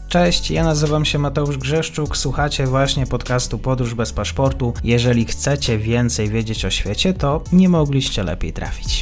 Cześć, ja nazywam się Mateusz Grzeszczuk, słuchacie właśnie podcastu Podróż bez paszportu. Jeżeli chcecie więcej wiedzieć o świecie, to nie mogliście lepiej trafić.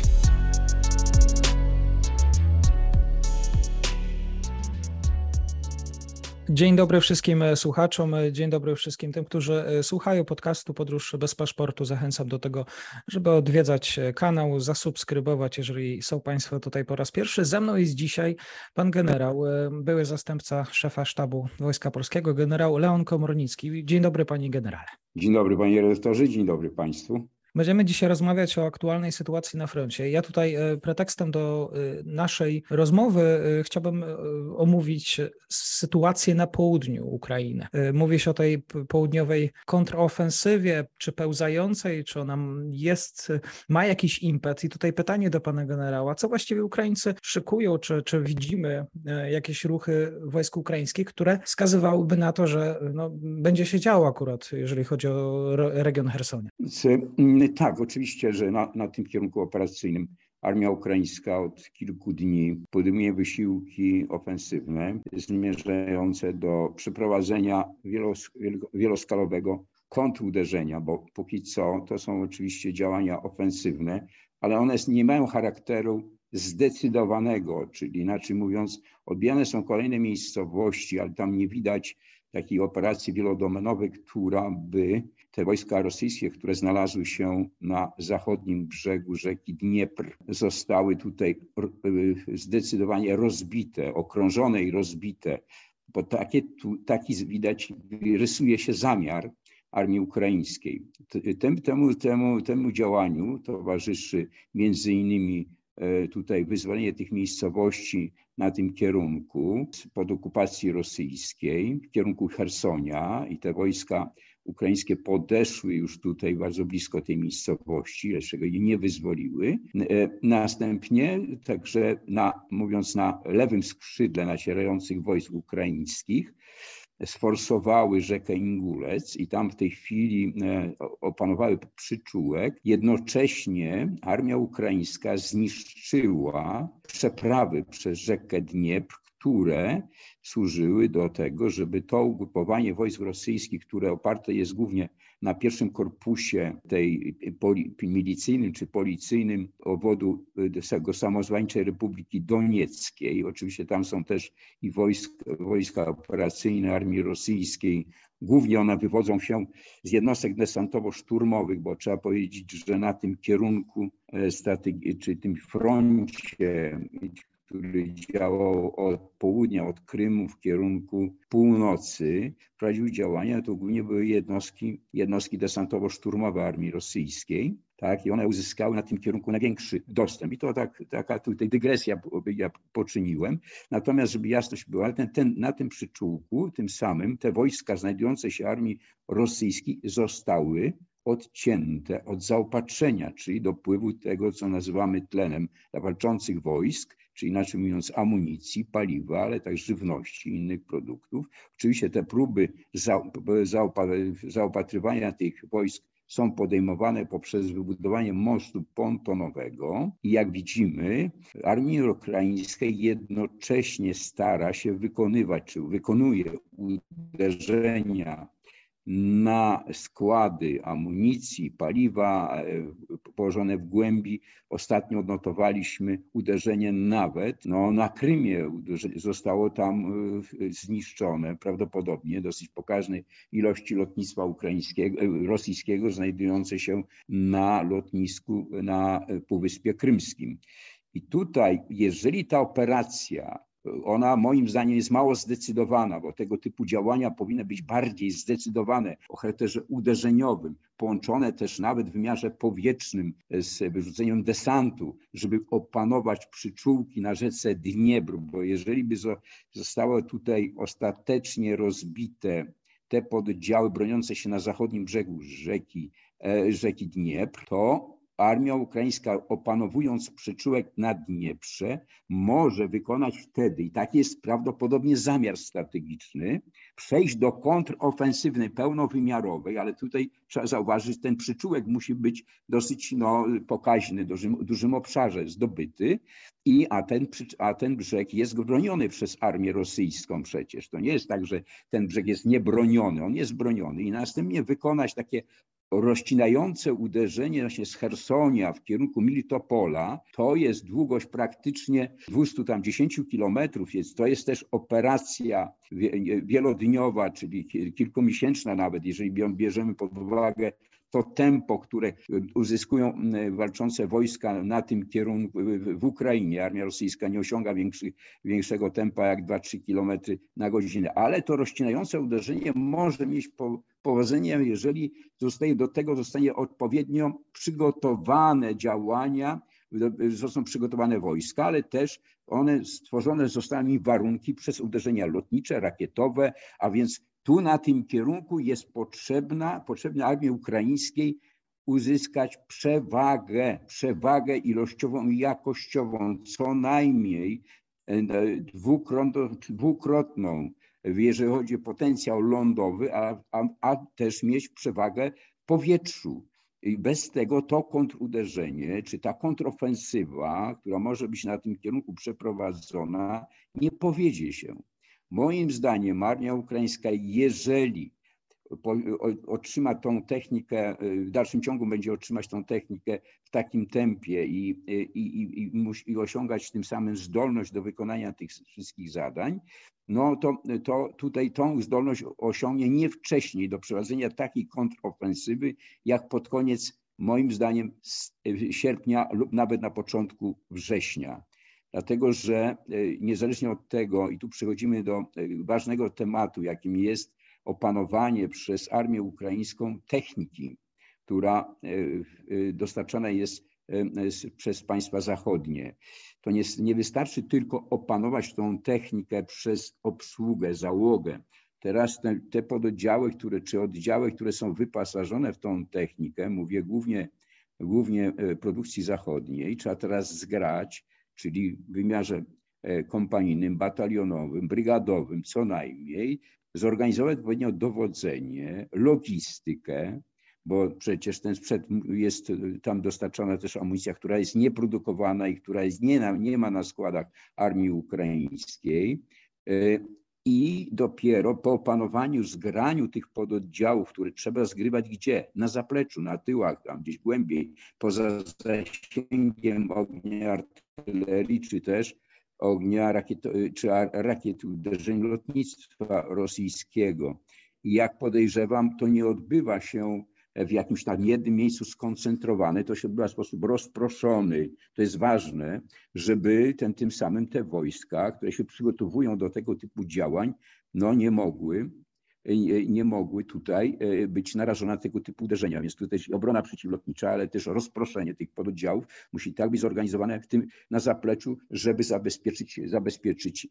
Dzień dobry wszystkim słuchaczom, dzień dobry wszystkim tym, którzy słuchają podcastu Podróż bez paszportu. Zachęcam do tego, żeby odwiedzać kanał, zasubskrybować, jeżeli są Państwo tutaj po raz pierwszy. Ze mną jest dzisiaj pan generał, były zastępca szefa sztabu Wojska Polskiego, generał Leon Komornicki. Dzień dobry panie generale. Dzień dobry panie redaktorze, dzień dobry państwu. Będziemy dzisiaj rozmawiać o aktualnej sytuacji na froncie. Ja tutaj pretekstem do naszej rozmowy chciałbym omówić sytuację na południu Ukrainy. Mówi się o tej południowej kontrofensywie, czy pełzającej, czy ona ma jakiś impet. I tutaj pytanie do pana generała, co właściwie Ukraińcy szykują, czy widzimy jakieś ruchy wojsk ukraińskich, które wskazywałyby na to, że będzie się działo akurat, jeżeli chodzi o region Chersonia. Tak, oczywiście, że na tym kierunku operacyjnym armia ukraińska od kilku dni podejmuje wysiłki ofensywne zmierzające do przeprowadzenia wieloskalowego kontruderzenia, bo póki co to są oczywiście działania ofensywne, ale one nie mają charakteru zdecydowanego, czyli inaczej mówiąc, odbijane są kolejne miejscowości, ale tam nie widać takiej operacji wielodomenowej, która by te wojska rosyjskie, które znalazły się na zachodnim brzegu rzeki Dniepr, zostały tutaj zdecydowanie rozbite, okrążone i rozbite, bo taki widać, rysuje się zamiar armii ukraińskiej. Temu działaniu towarzyszy między innymi tutaj wyzwolenie tych miejscowości na tym kierunku pod okupacji rosyjskiej, w kierunku Chersonia, i te wojska ukraińskie podeszły już tutaj bardzo blisko tej miejscowości, jeszcze jej nie wyzwoliły. Następnie także mówiąc na lewym skrzydle nacierających wojsk ukraińskich, sforsowały rzekę Ingulec i tam w tej chwili opanowały przyczółek. Jednocześnie armia ukraińska zniszczyła przeprawy przez rzekę Dniepr, które służyły do tego, żeby to ugrupowanie wojsk rosyjskich, które oparte jest głównie na pierwszym korpusie tej milicyjnym czy policyjnym obwodu samozwańczej Republiki Donieckiej. Oczywiście tam są też i wojska operacyjne armii rosyjskiej. Głównie one wywodzą się z jednostek desantowo-szturmowych, bo trzeba powiedzieć, że na tym kierunku czy tym froncie, który działał od południa, od Krymu w kierunku północy, prowadził działania, to głównie były jednostki desantowo-szturmowe armii rosyjskiej. Tak, i one uzyskały na tym kierunku największy dostęp. I to taka tutaj dygresja ja poczyniłem. Natomiast, żeby jasność była, na tym przyczółku, tym samym te wojska znajdujące się armii rosyjskiej zostały odcięte od zaopatrzenia, czyli dopływu tego, co nazywamy tlenem dla walczących wojsk, czy inaczej mówiąc amunicji, paliwa, ale także żywności i innych produktów. Oczywiście te próby zaopatrywania tych wojsk są podejmowane poprzez wybudowanie mostu pontonowego i jak widzimy, armia ukraińska jednocześnie stara się wykonuje uderzenia na składy amunicji, paliwa położone w głębi. Ostatnio odnotowaliśmy uderzenie nawet na Krymie. Zostało tam zniszczone prawdopodobnie dosyć pokaźnej ilości lotnictwa rosyjskiego znajdujące się na lotnisku na Półwyspie Krymskim. I tutaj, jeżeli ta operacja, ona moim zdaniem jest mało zdecydowana, bo tego typu działania powinny być bardziej zdecydowane, o charakterze uderzeniowym, połączone też nawet w wymiarze powietrznym z wyrzuceniem desantu, żeby opanować przyczółki na rzece Dniepr, bo jeżeli by zostało tutaj ostatecznie rozbite te pododdziały broniące się na zachodnim brzegu rzeki Dniepr, to armia ukraińska, opanowując przyczółek na Dnieprze, może wykonać wtedy, i taki jest prawdopodobnie zamiar strategiczny, przejść do kontrofensywy pełnowymiarowej, ale tutaj trzeba zauważyć, że ten przyczółek musi być dosyć pokaźny, w dużym obszarze zdobyty, a ten brzeg jest broniony przez armię rosyjską przecież. To nie jest tak, że ten brzeg jest niebroniony, on jest broniony i następnie wykonać takie rozcinające uderzenie właśnie z Chersonia w kierunku Militopola, to jest długość praktycznie 210 kilometrów. To jest też operacja wielodniowa, czyli kilkumiesięczna nawet, jeżeli bierzemy pod uwagę to tempo, które uzyskują walczące wojska na tym kierunku w Ukrainie. Armia rosyjska nie osiąga większego tempa jak 2-3 km na godzinę, ale to rozcinające uderzenie może mieć powodzenie, jeżeli do tego zostanie odpowiednio przygotowane działania, zostaną przygotowane wojska, ale też stworzone zostaną warunki przez uderzenia lotnicze, rakietowe, a więc tu na tym kierunku jest potrzebna armii ukraińskiej uzyskać przewagę ilościową i jakościową, co najmniej dwukrotną, jeżeli chodzi o potencjał lądowy, a też mieć przewagę w powietrzu. I bez tego to kontruderzenie, czy ta kontrofensywa, która może być na tym kierunku przeprowadzona, nie powiedzie się. Moim zdaniem armia ukraińska, jeżeli otrzyma tą technikę, w dalszym ciągu będzie otrzymać tą technikę w takim tempie i osiągać tym samym zdolność do wykonania tych wszystkich zadań, no to tutaj tą zdolność osiągnie nie wcześniej do przeprowadzenia takiej kontrofensywy, jak pod koniec, moim zdaniem, sierpnia lub nawet na początku września. Dlatego, że niezależnie od tego, i tu przechodzimy do ważnego tematu, jakim jest opanowanie przez armię ukraińską techniki, która dostarczana jest przez państwa zachodnie. To nie wystarczy tylko opanować tą technikę przez obsługę, załogę. Teraz te pododdziały, czy oddziały, które są wyposażone w tą technikę, mówię głównie produkcji zachodniej, trzeba teraz zgrać, czyli w wymiarze kompanijnym, batalionowym, brygadowym co najmniej, zorganizować odpowiednio dowodzenie, logistykę, bo przecież ten sprzęt jest tam dostarczana też amunicja, która jest nieprodukowana i która nie ma na składach armii ukraińskiej. I dopiero po opanowaniu, zgraniu tych pododdziałów, które trzeba zgrywać gdzie? Na zapleczu, na tyłach, tam gdzieś głębiej, poza zasięgiem ognia artylerii, czy też ognia rakiet uderzeń lotnictwa rosyjskiego. I jak podejrzewam, to nie odbywa się w jakimś tam jednym miejscu skoncentrowane, to się odbywa w sposób rozproszony. To jest ważne, żeby tym samym te wojska, które się przygotowują do tego typu działań, no nie mogły tutaj być narażone na tego typu uderzenia. Więc tutaj obrona przeciwlotnicza, ale też rozproszenie tych pododdziałów musi tak być zorganizowane na zapleczu, żeby zabezpieczyć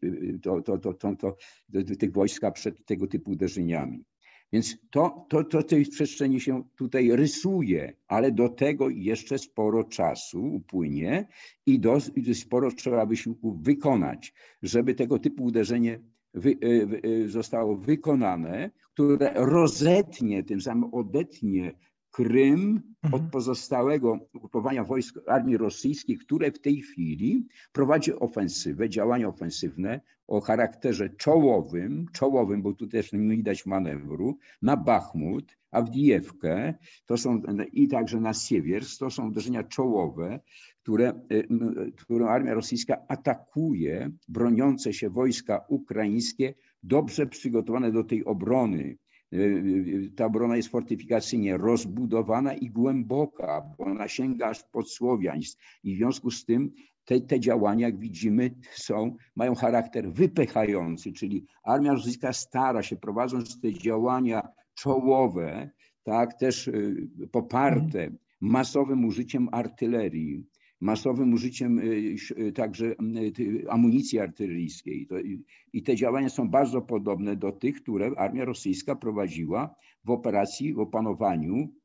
tych wojska przed tego typu uderzeniami. Więc to tej przestrzeni się tutaj rysuje, ale do tego jeszcze sporo czasu upłynie i sporo trzeba wysiłku wykonać, żeby tego typu uderzenie zostało wykonane, które rozetnie, tym samym odetnie Krym od pozostałego ugrupowania wojsk armii rosyjskiej, które w tej chwili prowadzi działania ofensywne o charakterze czołowym, bo tu też nie widać manewru, na Bachmut, Awdijewkę, i także na Siewiersk, to są uderzenia czołowe, którą armia rosyjska atakuje broniące się wojska ukraińskie, dobrze przygotowane do tej obrony. Ta obrona jest fortyfikacyjnie rozbudowana i głęboka, bo ona sięga aż pod Słowiańsk i w związku z tym te działania, jak widzimy, mają charakter wypychający, czyli armia rosyjska stara się, prowadząc te działania czołowe, tak, też poparte masowym użyciem artylerii, masowym użyciem także amunicji artyleryjskiej. I te działania są bardzo podobne do tych, które armia rosyjska prowadziła w opanowaniu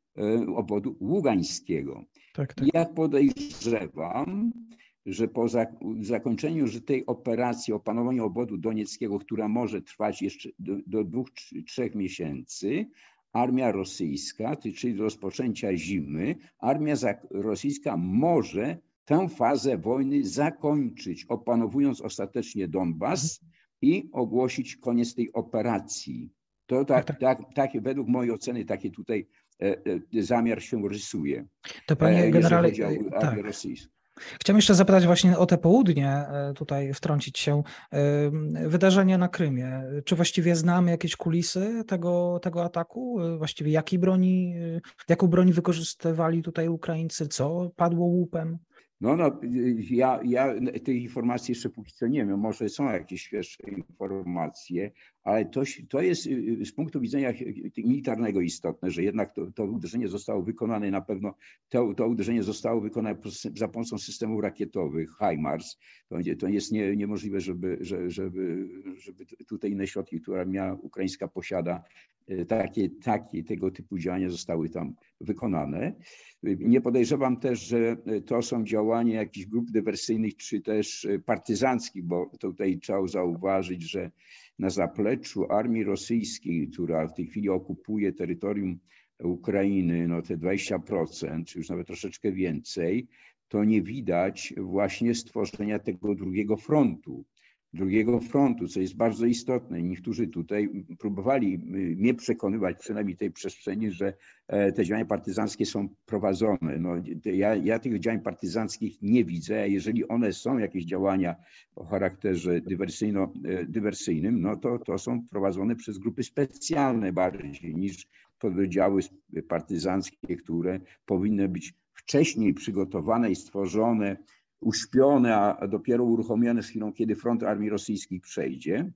obwodu ługańskiego. Tak. Ja podejrzewam, że po zakończeniu tej operacji opanowania obwodu donieckiego, która może trwać jeszcze do 2-3 miesięcy, armia rosyjska, czyli do rozpoczęcia zimy, armia rosyjska może tę fazę wojny zakończyć, opanowując ostatecznie Donbas i ogłosić koniec tej operacji. To tak, według mojej oceny taki tutaj zamiar się rysuje, To panie generale, jeżeli chodzi o armię rosyjską. Chciałem jeszcze zapytać właśnie o te południe, tutaj wtrącić się, wydarzenia na Krymie. Czy właściwie znamy jakieś kulisy tego ataku? Właściwie jaką broń wykorzystywali tutaj Ukraińcy? Co padło łupem? Ja tej informacji jeszcze póki co nie wiem, może są jakieś świeższe informacje, ale to jest z punktu widzenia militarnego istotne, że jednak to uderzenie zostało wykonane na pewno, to uderzenie zostało wykonane za pomocą systemów rakietowych HIMARS. To jest niemożliwe, żeby tutaj inne środki, które armia ukraińska posiada, takie tego typu działania zostały tam wykonane. Nie podejrzewam też, że to są działania jakichś grup dywersyjnych czy też partyzanckich, bo tutaj trzeba zauważyć, że na zapleczu armii rosyjskiej, która w tej chwili okupuje terytorium Ukrainy, te 20%, czy już nawet troszeczkę więcej, to nie widać właśnie stworzenia tego drugiego frontu, co jest bardzo istotne. Niektórzy tutaj próbowali mnie przekonywać, przynajmniej tej przestrzeni, że te działania partyzanckie są prowadzone. Ja tych działań partyzanckich nie widzę, a jeżeli one są jakieś działania o charakterze dywersyjnym, to są prowadzone przez grupy specjalne bardziej niż pododdziały partyzanckie, które powinny być wcześniej przygotowane i stworzone, uśpione, a dopiero uruchomione z chwilą, kiedy front armii rosyjskiej przejdzie,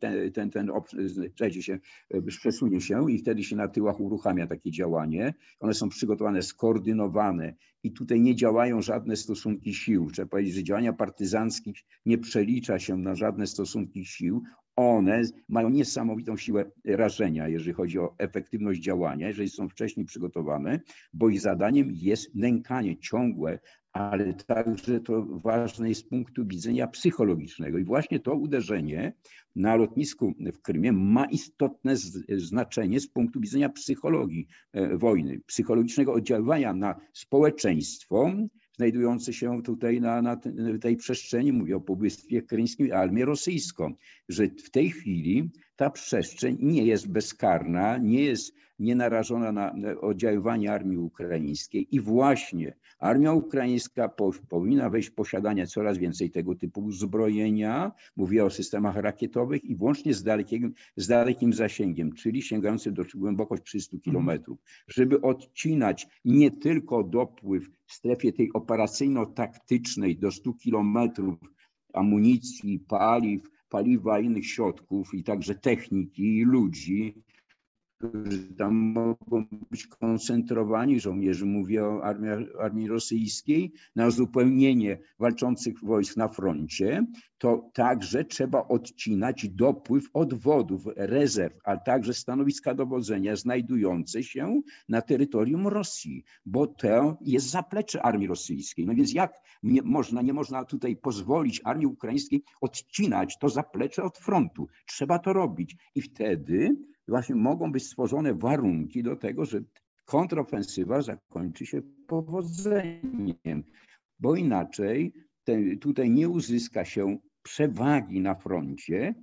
przesunie się i wtedy się na tyłach uruchamia takie działanie. One są przygotowane, skoordynowane i tutaj nie działają żadne stosunki sił. Trzeba powiedzieć, że działania partyzanckie nie przelicza się na żadne stosunki sił. One mają niesamowitą siłę rażenia, jeżeli chodzi o efektywność działania, jeżeli są wcześniej przygotowane, bo ich zadaniem jest nękanie ciągłe, ale także to ważne jest z punktu widzenia psychologicznego. I właśnie to uderzenie na lotnisku w Krymie ma istotne znaczenie z punktu widzenia psychologii wojny, psychologicznego oddziaływania na społeczeństwo znajdujące się tutaj na tej przestrzeni, mówię o Półwysepie Krymskim, armię rosyjską, że w tej chwili ta przestrzeń nie jest bezkarna, nie narażona na oddziaływanie armii ukraińskiej i właśnie armia ukraińska powinna wejść w posiadanie coraz więcej tego typu uzbrojenia, mówię o systemach rakietowych i włącznie z dalekim zasięgiem, czyli sięgającym do głębokość 300 kilometrów, żeby odcinać nie tylko dopływ w strefie tej operacyjno-taktycznej do 100 kilometrów amunicji, paliwa, innych środków i także techniki i ludzi, którzy tam mogą być koncentrowani, żołnierzy, mówię o armii rosyjskiej, na uzupełnienie walczących wojsk na froncie, to także trzeba odcinać dopływ odwodów, rezerw, a także stanowiska dowodzenia znajdujące się na terytorium Rosji, bo to jest zaplecze armii rosyjskiej. Więc jak nie można tutaj pozwolić armii ukraińskiej odcinać to zaplecze od frontu? Trzeba to robić i wtedy właśnie mogą być stworzone warunki do tego, że kontrofensywa zakończy się powodzeniem, bo inaczej tutaj nie uzyska się przewagi na froncie,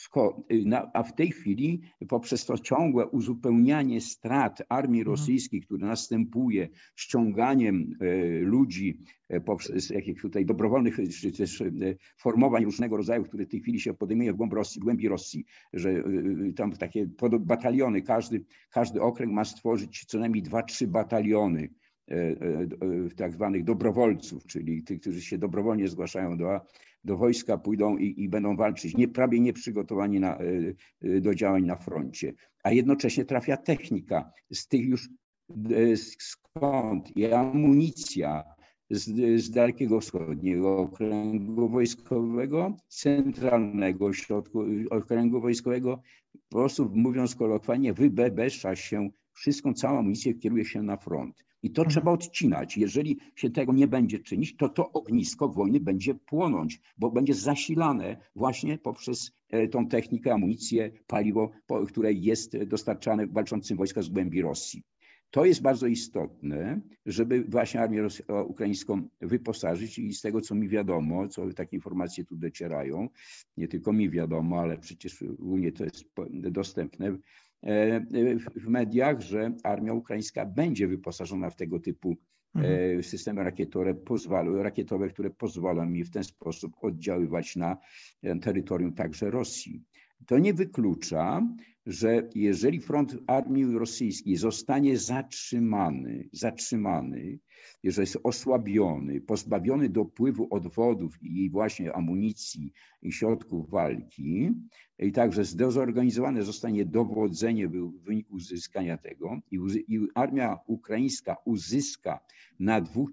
a w tej chwili poprzez to ciągłe uzupełnianie strat armii rosyjskiej, które następuje ściąganiem ludzi poprzez jakich tutaj dobrowolnych czy też formowań różnego rodzaju, które w tej chwili się podejmuje w głębi Rosji, że tam takie bataliony, każdy okręg ma stworzyć co najmniej 2-3 bataliony tak zwanych dobrowolców, czyli tych, którzy się dobrowolnie zgłaszają do wojska, pójdą i będą walczyć, prawie nieprzygotowani do działań na froncie. A jednocześnie trafia technika z tych już skąd i amunicja z Dalekiego Wschodniego Okręgu Wojskowego, Centralnego Ośrodku Okręgu Wojskowego, po prostu mówiąc kolokwialnie, wybebesza się całą amunicję kieruje się na front. I to trzeba odcinać. Jeżeli się tego nie będzie czynić, to ognisko wojny będzie płonąć, bo będzie zasilane właśnie poprzez tą technikę, amunicję, paliwo, które jest dostarczane walczącym wojskom z głębi Rosji. To jest bardzo istotne, żeby właśnie armię ukraińską wyposażyć i z tego, co mi wiadomo, co takie informacje tu docierają, nie tylko mi wiadomo, ale przecież ogólnie to jest dostępne w mediach, że armia ukraińska będzie wyposażona w tego typu systemy rakietowe, które pozwolą mi w ten sposób oddziaływać na terytorium także Rosji. To nie wyklucza, że jeżeli front armii rosyjskiej zostanie zatrzymany, jeżeli jest osłabiony, pozbawiony dopływu odwodów i właśnie amunicji i środków walki, i także zdezorganizowane zostanie dowodzenie w wyniku uzyskania tego i armia ukraińska uzyska na dwóch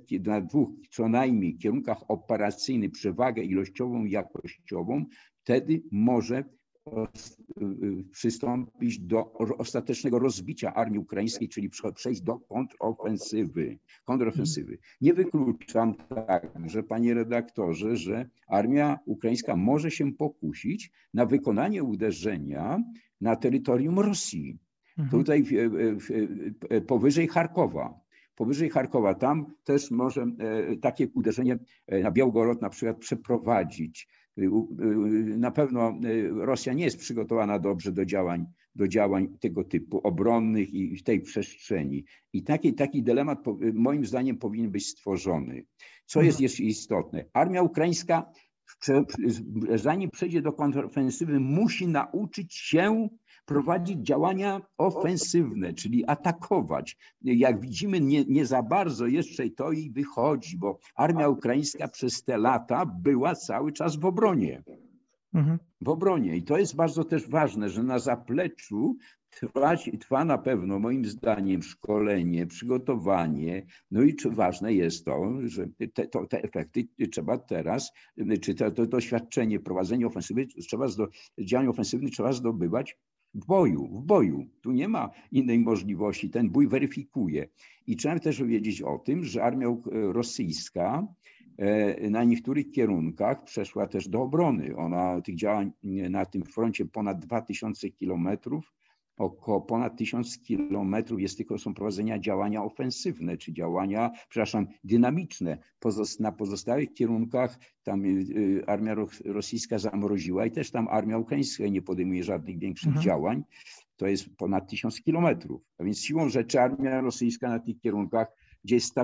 co najmniej kierunkach operacyjnych przewagę ilościową i jakościową, wtedy może przystąpić do ostatecznego rozbicia armii ukraińskiej, czyli przejść do kontrofensywy. Nie wykluczam także, panie redaktorze, że armia ukraińska może się pokusić na wykonanie uderzenia na terytorium Rosji. Tutaj powyżej Charkowa, tam też może takie uderzenie na Białgorod na przykład przeprowadzić. Na pewno Rosja nie jest przygotowana dobrze do działań tego typu obronnych i w tej przestrzeni. I taki dylemat moim zdaniem powinien być stworzony. Co jest jeszcze istotne? Armia ukraińska, zanim przejdzie do kontrofensywy, musi nauczyć się prowadzić działania ofensywne, czyli atakować. Jak widzimy, nie za bardzo jeszcze to i wychodzi, bo armia ukraińska przez te lata była cały czas w obronie. W obronie. I to jest bardzo też ważne, że na zapleczu trwa na pewno, moim zdaniem, szkolenie, przygotowanie. No i ważne jest to, że te efekty trzeba teraz, czy to doświadczenie, prowadzenie ofensywy, działań ofensywnych trzeba zdobywać w boju. Tu nie ma innej możliwości. Ten bój weryfikuje. I trzeba też wiedzieć o tym, że armia rosyjska na niektórych kierunkach przeszła też do obrony. Ona tych działań na tym froncie ponad 2000 kilometrów, około ponad 1000 kilometrów są prowadzenia działania ofensywne, czy dynamiczne. Na pozostałych kierunkach tam armia rosyjska zamroziła i też tam armia ukraińska nie podejmuje żadnych większych działań. To jest ponad 1000 kilometrów. A więc siłą rzeczy armia rosyjska na tych kierunkach, gdzie jest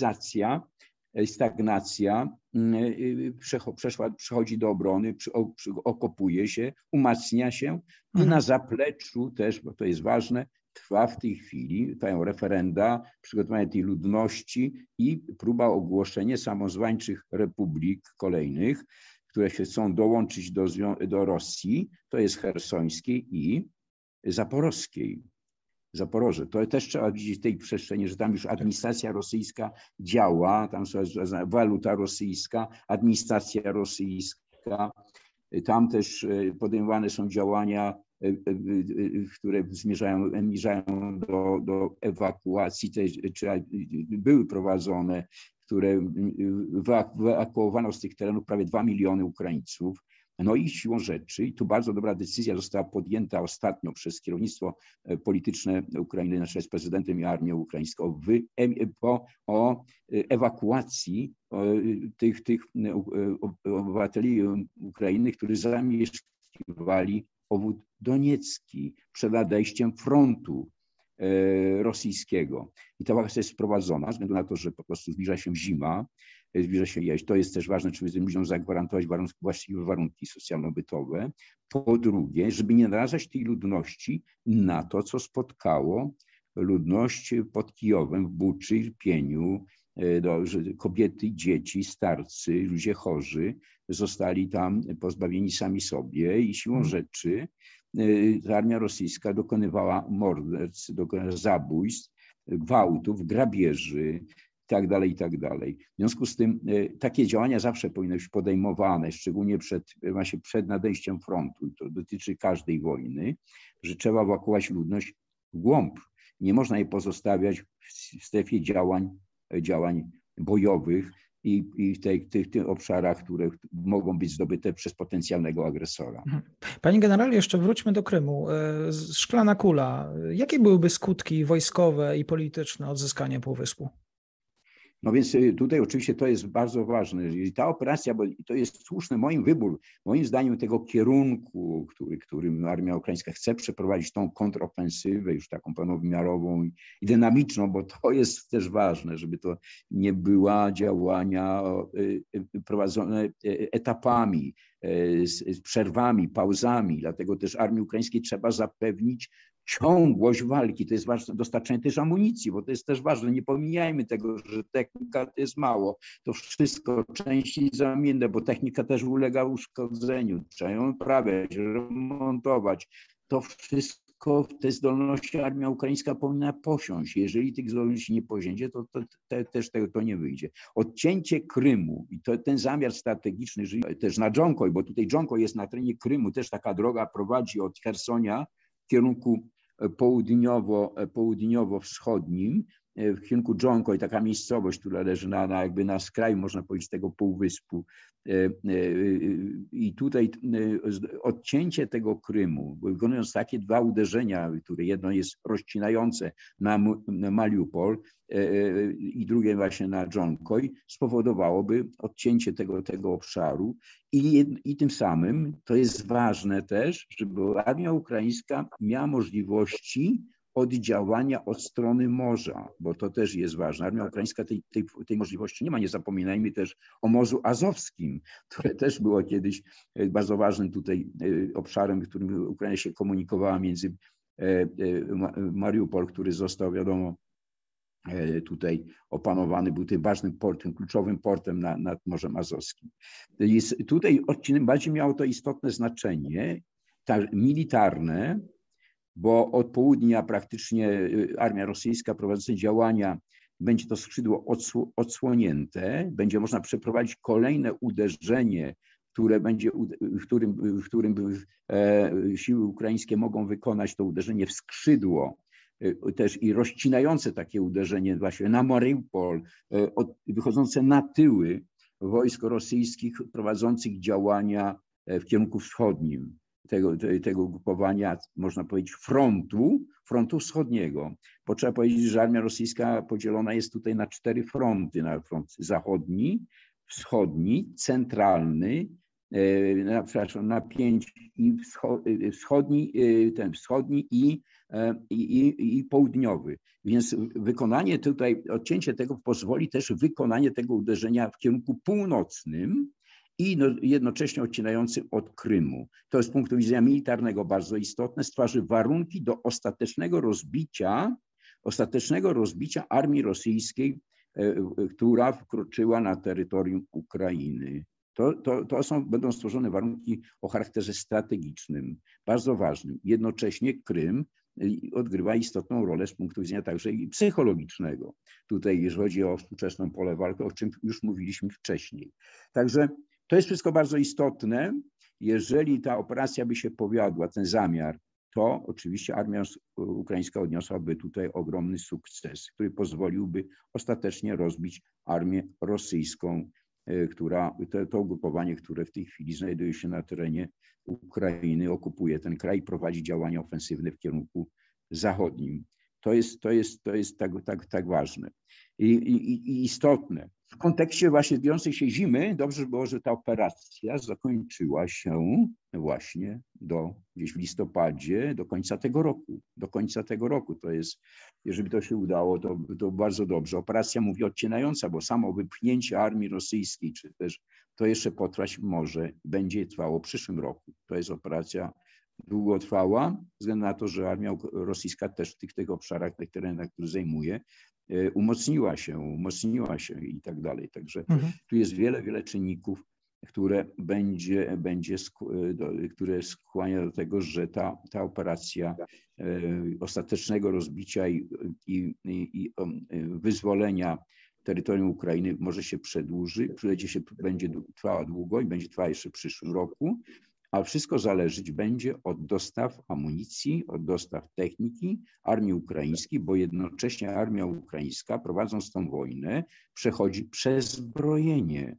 stagnacja, przechodzi do obrony, okopuje się, umacnia się i na zapleczu też, bo to jest ważne, trwa w tej chwili, trwają referenda, przygotowanie tej ludności i próba ogłoszenia samozwańczych republik kolejnych, które się chcą dołączyć do Rosji, to jest chersońskiej i zaporowskiej. Zaporoże. To też trzeba widzieć w tej przestrzeni, że tam już administracja rosyjska działa, tam jest waluta rosyjska, administracja rosyjska, tam też podejmowane są działania, które zmierzają do ewakuacji, były prowadzone, które wyewakuowano z tych terenów prawie 2 miliony Ukraińców. No i siłą rzeczy, i tu bardzo dobra decyzja została podjęta ostatnio przez kierownictwo polityczne Ukrainy na czele z prezydentem i armią ukraińską o ewakuacji tych obywateli Ukrainy, którzy zamieszkiwali obwód doniecki przed nadejściem frontu rosyjskiego. I ta akcja jest wprowadzona, ze względu na to, że po prostu zbliża się zima, zbliża się jesień. To jest też ważne, żeby tym ludziom zagwarantować właściwe warunki socjalno-bytowe. Po drugie, żeby nie narażać tej ludności na to, co spotkało ludność pod Kijowem, w Buczy, Irpieniu, że kobiety, dzieci, starcy, ludzie chorzy zostali tam pozbawieni sami sobie i siłą rzeczy armia rosyjska dokonywała morderstw, dokonywała zabójstw, gwałtów, grabieży i tak dalej. W związku z tym takie działania zawsze powinny być podejmowane, szczególnie przed nadejściem frontu. To dotyczy każdej wojny, że trzeba ewakuować ludność w głąb. nie można jej pozostawiać w strefie działań bojowych i w tych obszarach, które mogą być zdobyte przez potencjalnego agresora. Panie generale, jeszcze wróćmy do Krymu. Szklana kula. Jakie byłyby skutki wojskowe i polityczne odzyskania półwyspu? No więc tutaj oczywiście to jest bardzo ważne. Jeżeli ta operacja, bo to jest słuszny wybór, moim zdaniem tego kierunku, którym armia ukraińska chce przeprowadzić tą kontrofensywę, już taką pełnowymiarową i dynamiczną, bo to jest też ważne, żeby to nie była działania prowadzone etapami, z przerwami, pauzami. Dlatego też armii ukraińskiej trzeba zapewnić ciągłość walki, to jest ważne, dostarczenie też amunicji, bo to jest też ważne, nie pomijajmy tego, że technika to jest mało, to wszystko części zamienne, bo technika też ulega uszkodzeniu, trzeba ją naprawiać, remontować, to wszystko, te zdolności armia ukraińska powinna posiąść. Jeżeli tych zdolności nie posiądzie, to też to nie wyjdzie. Odcięcie Krymu i ten zamiar strategiczny też na Dżonkoj, bo tutaj Dżonkoj jest na terenie Krymu, też taka droga prowadzi od Chersonia w kierunku południowo-wschodnim, w kierunku Dżonkoj, taka miejscowość, która leży jakby na skraju, można powiedzieć, tego półwyspu. I tutaj odcięcie tego Krymu, wykonując takie dwa uderzenia, które jedno jest rozcinające na Mariupol i drugie właśnie na Dżonkoj, spowodowałoby odcięcie tego obszaru i tym samym to jest ważne też, żeby armia ukraińska miała możliwości oddziałania od strony morza, bo to też jest ważne. Armia ukraińska tej możliwości nie ma. Nie zapominajmy też o Morzu Azowskim, które też było kiedyś bardzo ważnym tutaj obszarem, w którym Ukraina się komunikowała między Mariupol, który został, wiadomo, tutaj opanowany, był tym ważnym portem, kluczowym portem nad Morzem Azowskim. Tutaj odcinek bardziej miało to istotne znaczenie militarne, bo od południa praktycznie armia rosyjska prowadząca działania, będzie to skrzydło odsłonięte, będzie można przeprowadzić kolejne uderzenie, w którym siły ukraińskie mogą wykonać to uderzenie w skrzydło, też i rozcinające takie uderzenie właśnie na Mariupol, wychodzące na tyły wojsk rosyjskich prowadzących działania w kierunku wschodnim. Tego ugrupowania, można powiedzieć, frontu wschodniego. Bo trzeba powiedzieć, że armia rosyjska podzielona jest tutaj na 4 fronty. Na front zachodni, wschodni, centralny, na 5 i wschodni i południowy. Więc wykonanie tutaj, odcięcie tego pozwoli też wykonanie tego uderzenia w kierunku północnym, i jednocześnie odcinający od Krymu. To jest z punktu widzenia militarnego bardzo istotne, stwarzy warunki do ostatecznego rozbicia armii rosyjskiej, która wkroczyła na terytorium Ukrainy. Będą stworzone warunki o charakterze strategicznym, bardzo ważnym. Jednocześnie Krym odgrywa istotną rolę z punktu widzenia także i psychologicznego. Tutaj, jeżeli chodzi o współczesną pole walki, o czym już mówiliśmy wcześniej. Także to jest wszystko bardzo istotne. Jeżeli ta operacja by się powiodła, ten zamiar, to oczywiście armia ukraińska odniosłaby tutaj ogromny sukces, który pozwoliłby ostatecznie rozbić armię rosyjską, to ugrupowanie, które w tej chwili znajduje się na terenie Ukrainy, okupuje ten kraj i prowadzi działania ofensywne w kierunku zachodnim. To jest tak ważne i istotne. W kontekście właśnie zbliżającej się zimy, dobrze by było, że ta operacja zakończyła się właśnie gdzieś w listopadzie, do końca tego roku. Do końca tego roku. To jest, jeżeli to się udało, to bardzo dobrze. Operacja, mówię, odcinająca, bo samo wypchnięcie armii rosyjskiej, czy też to jeszcze potrwać może, będzie trwało w przyszłym roku. To jest operacja długotrwała, ze względu na to, że armia rosyjska też w tych obszarach, tych terenach, które zajmuje, umocniła się i tak dalej. Także tu jest wiele czynników, które skłania do tego, że ta operacja ostatecznego rozbicia i wyzwolenia terytorium Ukrainy może się przedłuży, będzie trwała długo i będzie trwała jeszcze w przyszłym roku, a wszystko zależeć będzie od dostaw amunicji, od dostaw techniki armii ukraińskiej, bo jednocześnie armia ukraińska, prowadząc tą wojnę, przechodzi przezbrojenie.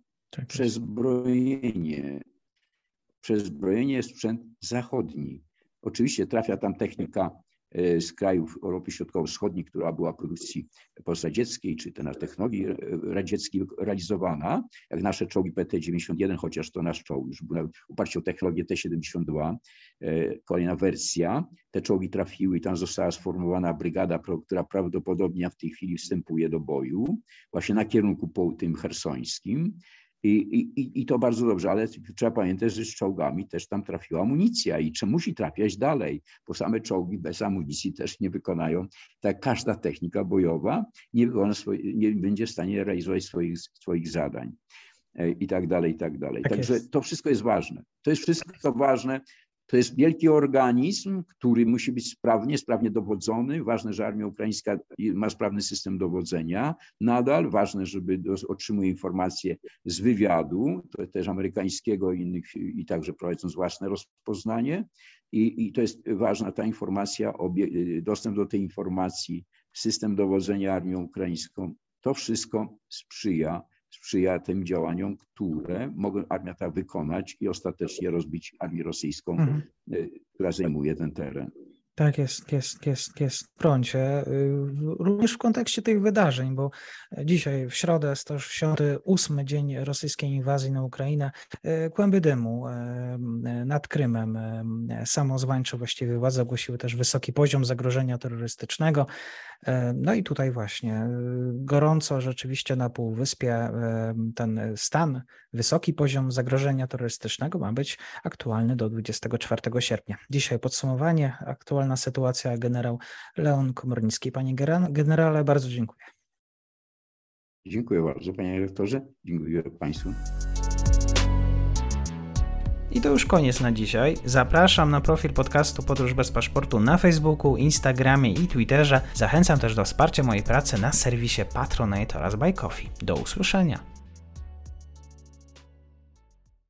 Przezbrojenie jest sprzęt zachodni. Oczywiście trafia tam technika z krajów Europy Środkowo-Wschodniej, która była produkcji postradzieckiej, czy na technologii radzieckiej realizowana, jak nasze czołgi PT-91, chociaż to nasz czołg już był w oparciu o technologię T-72, kolejna wersja. Te czołgi trafiły i tam została sformowana brygada, która prawdopodobnie w tej chwili wstępuje do boju, właśnie na kierunku po tym chersońskim. I to bardzo dobrze, ale trzeba pamiętać, że z czołgami też tam trafiła amunicja i musi trafiać dalej, bo same czołgi bez amunicji też nie wykonają, tak każda technika bojowa nie będzie w stanie realizować swoich zadań i tak dalej, i tak dalej. Także to wszystko jest ważne. To jest wszystko ważne. To jest wielki organizm, który musi być sprawnie dowodzony. Ważne, że armia ukraińska ma sprawny system dowodzenia. Nadal ważne, żeby otrzymuje informacje z wywiadu, to też amerykańskiego i innych, i także prowadząc własne rozpoznanie. I to jest ważna ta informacja, dostęp do tej informacji, system dowodzenia armią ukraińską. To wszystko sprzyja tym działaniom, które mogą armia ta wykonać i ostatecznie rozbić armię rosyjską, która zajmuje ten teren. Tak jest w froncie. Również w kontekście tych wydarzeń, bo dzisiaj w środę, 168 dzień rosyjskiej inwazji na Ukrainę, kłęby dymu nad Krymem, samozwańcze właściwie władze ogłosiły też wysoki poziom zagrożenia terrorystycznego. No i tutaj właśnie gorąco rzeczywiście na Półwyspie ten stan, wysoki poziom zagrożenia terrorystycznego ma być aktualny do 24 sierpnia. Dzisiaj podsumowanie, aktualna sytuacja, generał Leon Komornicki. Panie generale, bardzo dziękuję. Dziękuję bardzo, panie rektorze. Dziękuję państwu. I to już koniec na dzisiaj. Zapraszam na profil podcastu Podróż bez paszportu na Facebooku, Instagramie i Twitterze. Zachęcam też do wsparcia mojej pracy na serwisie Patronite oraz Buy Coffee. Do usłyszenia.